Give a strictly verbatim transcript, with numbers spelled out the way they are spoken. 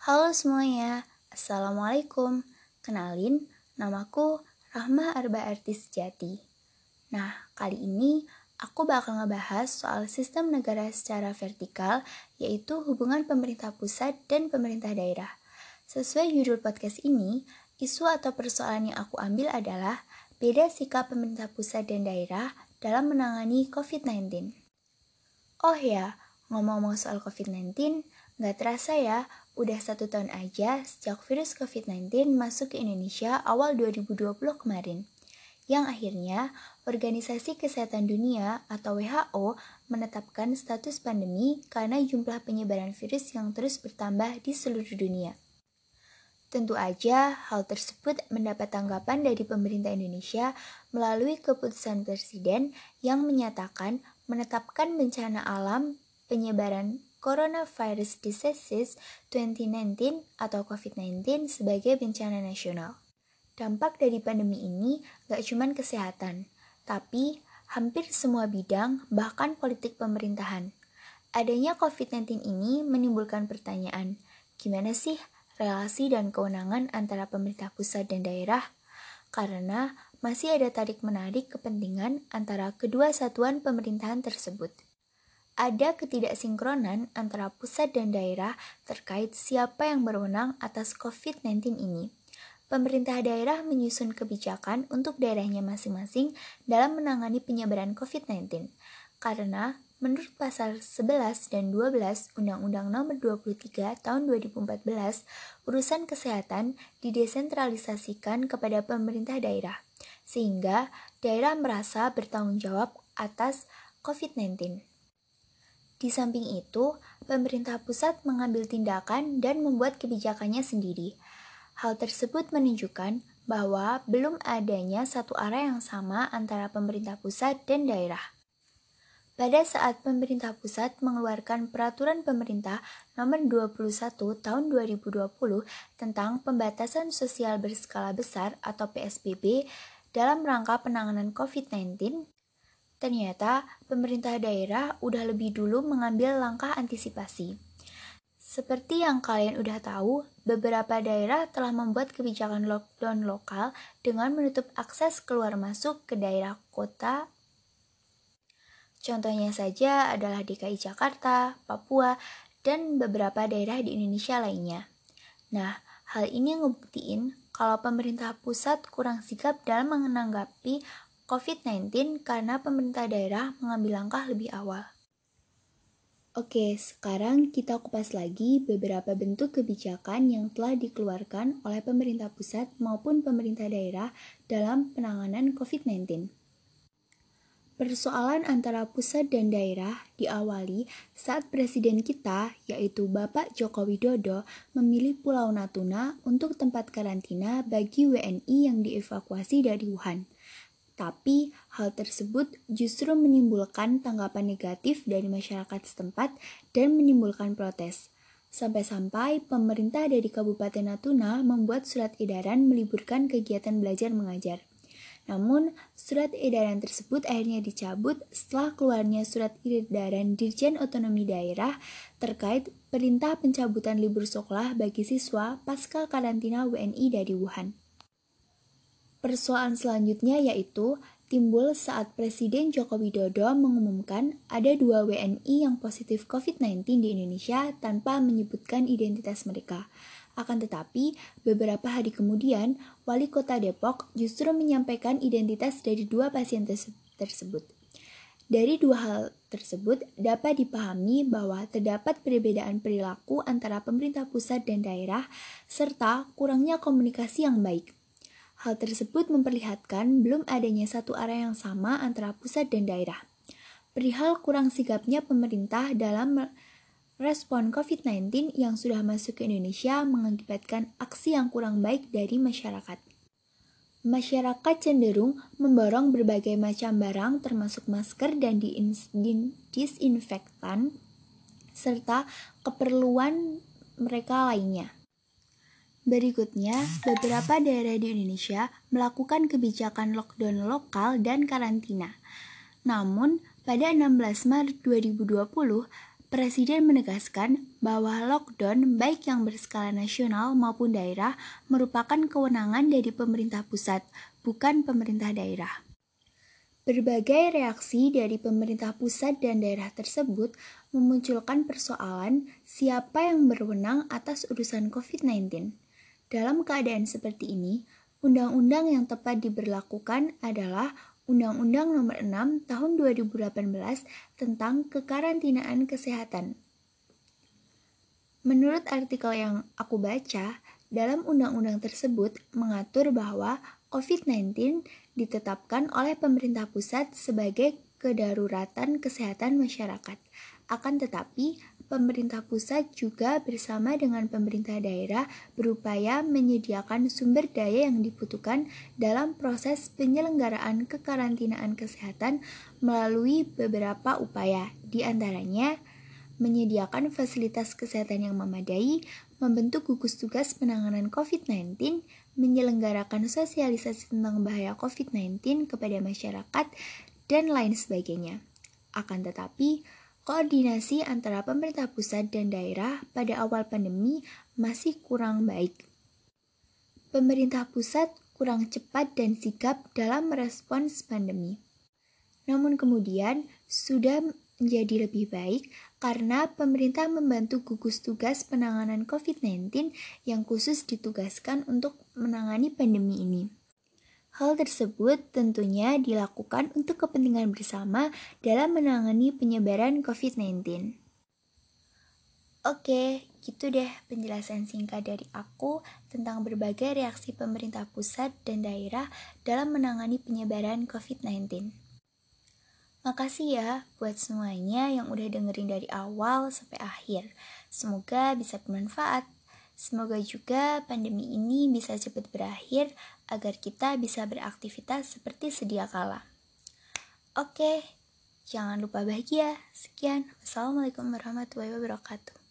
Halo semuanya, Assalamualaikum. Kenalin, namaku Rahma Arba Artis Jati. Nah, kali ini aku bakal ngebahas soal sistem negara secara vertikal, yaitu hubungan pemerintah pusat dan pemerintah daerah. Sesuai judul podcast ini, isu atau persoalan yang aku ambil adalah beda sikap pemerintah pusat dan daerah dalam menangani covid sembilan belas. Oh ya, ngomong-ngomong soal covid sembilan belas, nggak terasa ya, udah satu tahun aja sejak virus covid sembilan belas masuk ke Indonesia awal dua ribu dua puluh kemarin. Yang akhirnya, Organisasi Kesehatan Dunia atau W H O menetapkan status pandemi karena jumlah penyebaran virus yang terus bertambah di seluruh dunia. Tentu aja, hal tersebut mendapat tanggapan dari pemerintah Indonesia melalui keputusan Presiden yang menyatakan menetapkan bencana alam penyebaran Coronavirus Diseases dua ribu sembilan belas atau covid sembilan belas sebagai bencana nasional. Dampak dari pandemi ini gak cuma kesehatan, tapi hampir semua bidang, bahkan politik pemerintahan. Adanya covid sembilan belas ini menimbulkan pertanyaan, gimana sih relasi dan kewenangan antara pemerintah pusat dan daerah? Karena masih ada tarik-menarik kepentingan antara kedua satuan pemerintahan tersebut. Ada ketidaksinkronan antara pusat dan daerah terkait siapa yang berwenang atas covid sembilan belas ini. Pemerintah daerah menyusun kebijakan untuk daerahnya masing-masing dalam menangani penyebaran covid sembilan belas. Karena menurut pasal sebelas dan dua belas Undang-Undang Nomor dua puluh tiga Tahun dua ribu empat belas, urusan kesehatan didesentralisasikan kepada pemerintah daerah, sehingga daerah merasa bertanggung jawab atas covid sembilan belas. Di samping itu, pemerintah pusat mengambil tindakan dan membuat kebijakannya sendiri. Hal tersebut menunjukkan bahwa belum adanya satu arah yang sama antara pemerintah pusat dan daerah. Pada saat pemerintah pusat mengeluarkan Peraturan Pemerintah Nomor dua puluh satu Tahun dua ribu dua puluh tentang Pembatasan Sosial Berskala Besar atau P S B B dalam rangka penanganan covid sembilan belas, ternyata pemerintah daerah udah lebih dulu mengambil langkah antisipasi. Seperti yang kalian udah tahu, beberapa daerah telah membuat kebijakan lockdown lokal dengan menutup akses keluar masuk ke daerah kota. Contohnya saja adalah D K I Jakarta, Papua, dan beberapa daerah di Indonesia lainnya. Nah, hal ini ngebuktiin kalau pemerintah pusat kurang sigap dalam menanggapi covid sembilan belas karena pemerintah daerah mengambil langkah lebih awal. Oke, sekarang kita kupas lagi beberapa bentuk kebijakan yang telah dikeluarkan oleh pemerintah pusat maupun pemerintah daerah dalam penanganan covid sembilan belas. Persoalan antara pusat dan daerah diawali saat Presiden kita, yaitu Bapak Joko Widodo, memilih Pulau Natuna untuk tempat karantina bagi W N I yang dievakuasi dari Wuhan. Tapi, hal tersebut justru menimbulkan tanggapan negatif dari masyarakat setempat dan menimbulkan protes. Sampai-sampai pemerintah dari Kabupaten Natuna membuat surat edaran meliburkan kegiatan belajar mengajar. Namun, surat edaran tersebut akhirnya dicabut setelah keluarnya surat edaran Dirjen Otonomi Daerah terkait perintah pencabutan libur sekolah bagi siswa pasca karantina W N I dari Wuhan. Persoalan selanjutnya yaitu timbul saat Presiden Joko Widodo mengumumkan ada dua W N I yang positif covid sembilan belas di Indonesia tanpa menyebutkan identitas mereka. Akan tetapi, beberapa hari kemudian, Wali Kota Depok justru menyampaikan identitas dari dua pasien tersebut. Dari dua hal tersebut, dapat dipahami bahwa terdapat perbedaan perilaku antara pemerintah pusat dan daerah, serta kurangnya komunikasi yang baik. Hal tersebut memperlihatkan belum adanya satu arah yang sama antara pusat dan daerah. Perihal kurang sigapnya pemerintah dalam respon covid sembilan belas yang sudah masuk ke Indonesia mengakibatkan aksi yang kurang baik dari masyarakat. Masyarakat cenderung memborong berbagai macam barang termasuk masker dan disinfektan serta keperluan mereka lainnya. Berikutnya, beberapa daerah di Indonesia melakukan kebijakan lockdown lokal dan karantina. Namun, pada enam belas Maret dua ribu dua puluh, Presiden menegaskan bahwa lockdown baik yang berskala nasional maupun daerah merupakan kewenangan dari pemerintah pusat, bukan pemerintah daerah. Berbagai reaksi dari pemerintah pusat dan daerah tersebut memunculkan persoalan siapa yang berwenang atas urusan covid sembilan belas. Dalam keadaan seperti ini, undang-undang yang tepat diberlakukan adalah Undang-Undang Nomor enam Tahun dua ribu delapan belas tentang kekarantinaan kesehatan. Menurut artikel yang aku baca, dalam undang-undang tersebut mengatur bahwa covid sembilan belas ditetapkan oleh pemerintah pusat sebagai kedaruratan kesehatan masyarakat. Akan tetapi, pemerintah pusat juga bersama dengan pemerintah daerah berupaya menyediakan sumber daya yang dibutuhkan dalam proses penyelenggaraan kekarantinaan kesehatan melalui beberapa upaya, di antaranya menyediakan fasilitas kesehatan yang memadai, membentuk gugus tugas penanganan covid sembilan belas, menyelenggarakan sosialisasi tentang bahaya covid sembilan belas kepada masyarakat, dan lain sebagainya. Akan tetapi, koordinasi antara pemerintah pusat dan daerah pada awal pandemi masih kurang baik. Pemerintah pusat kurang cepat dan sigap dalam merespons pandemi. Namun kemudian sudah menjadi lebih baik karena pemerintah membantu gugus tugas penanganan covid sembilan belas yang khusus ditugaskan untuk menangani pandemi ini. Hal tersebut tentunya dilakukan untuk kepentingan bersama dalam menangani penyebaran covid sembilan belas. Oke, gitu deh penjelasan singkat dari aku tentang berbagai reaksi pemerintah pusat dan daerah dalam menangani penyebaran covid sembilan belas. Makasih ya buat semuanya yang udah dengerin dari awal sampai akhir. Semoga bisa bermanfaat. Semoga juga pandemi ini bisa cepat berakhir agar kita bisa beraktivitas seperti sedia kala. Oke, jangan lupa bahagia. Sekian. Wassalamualaikum warahmatullahi wabarakatuh.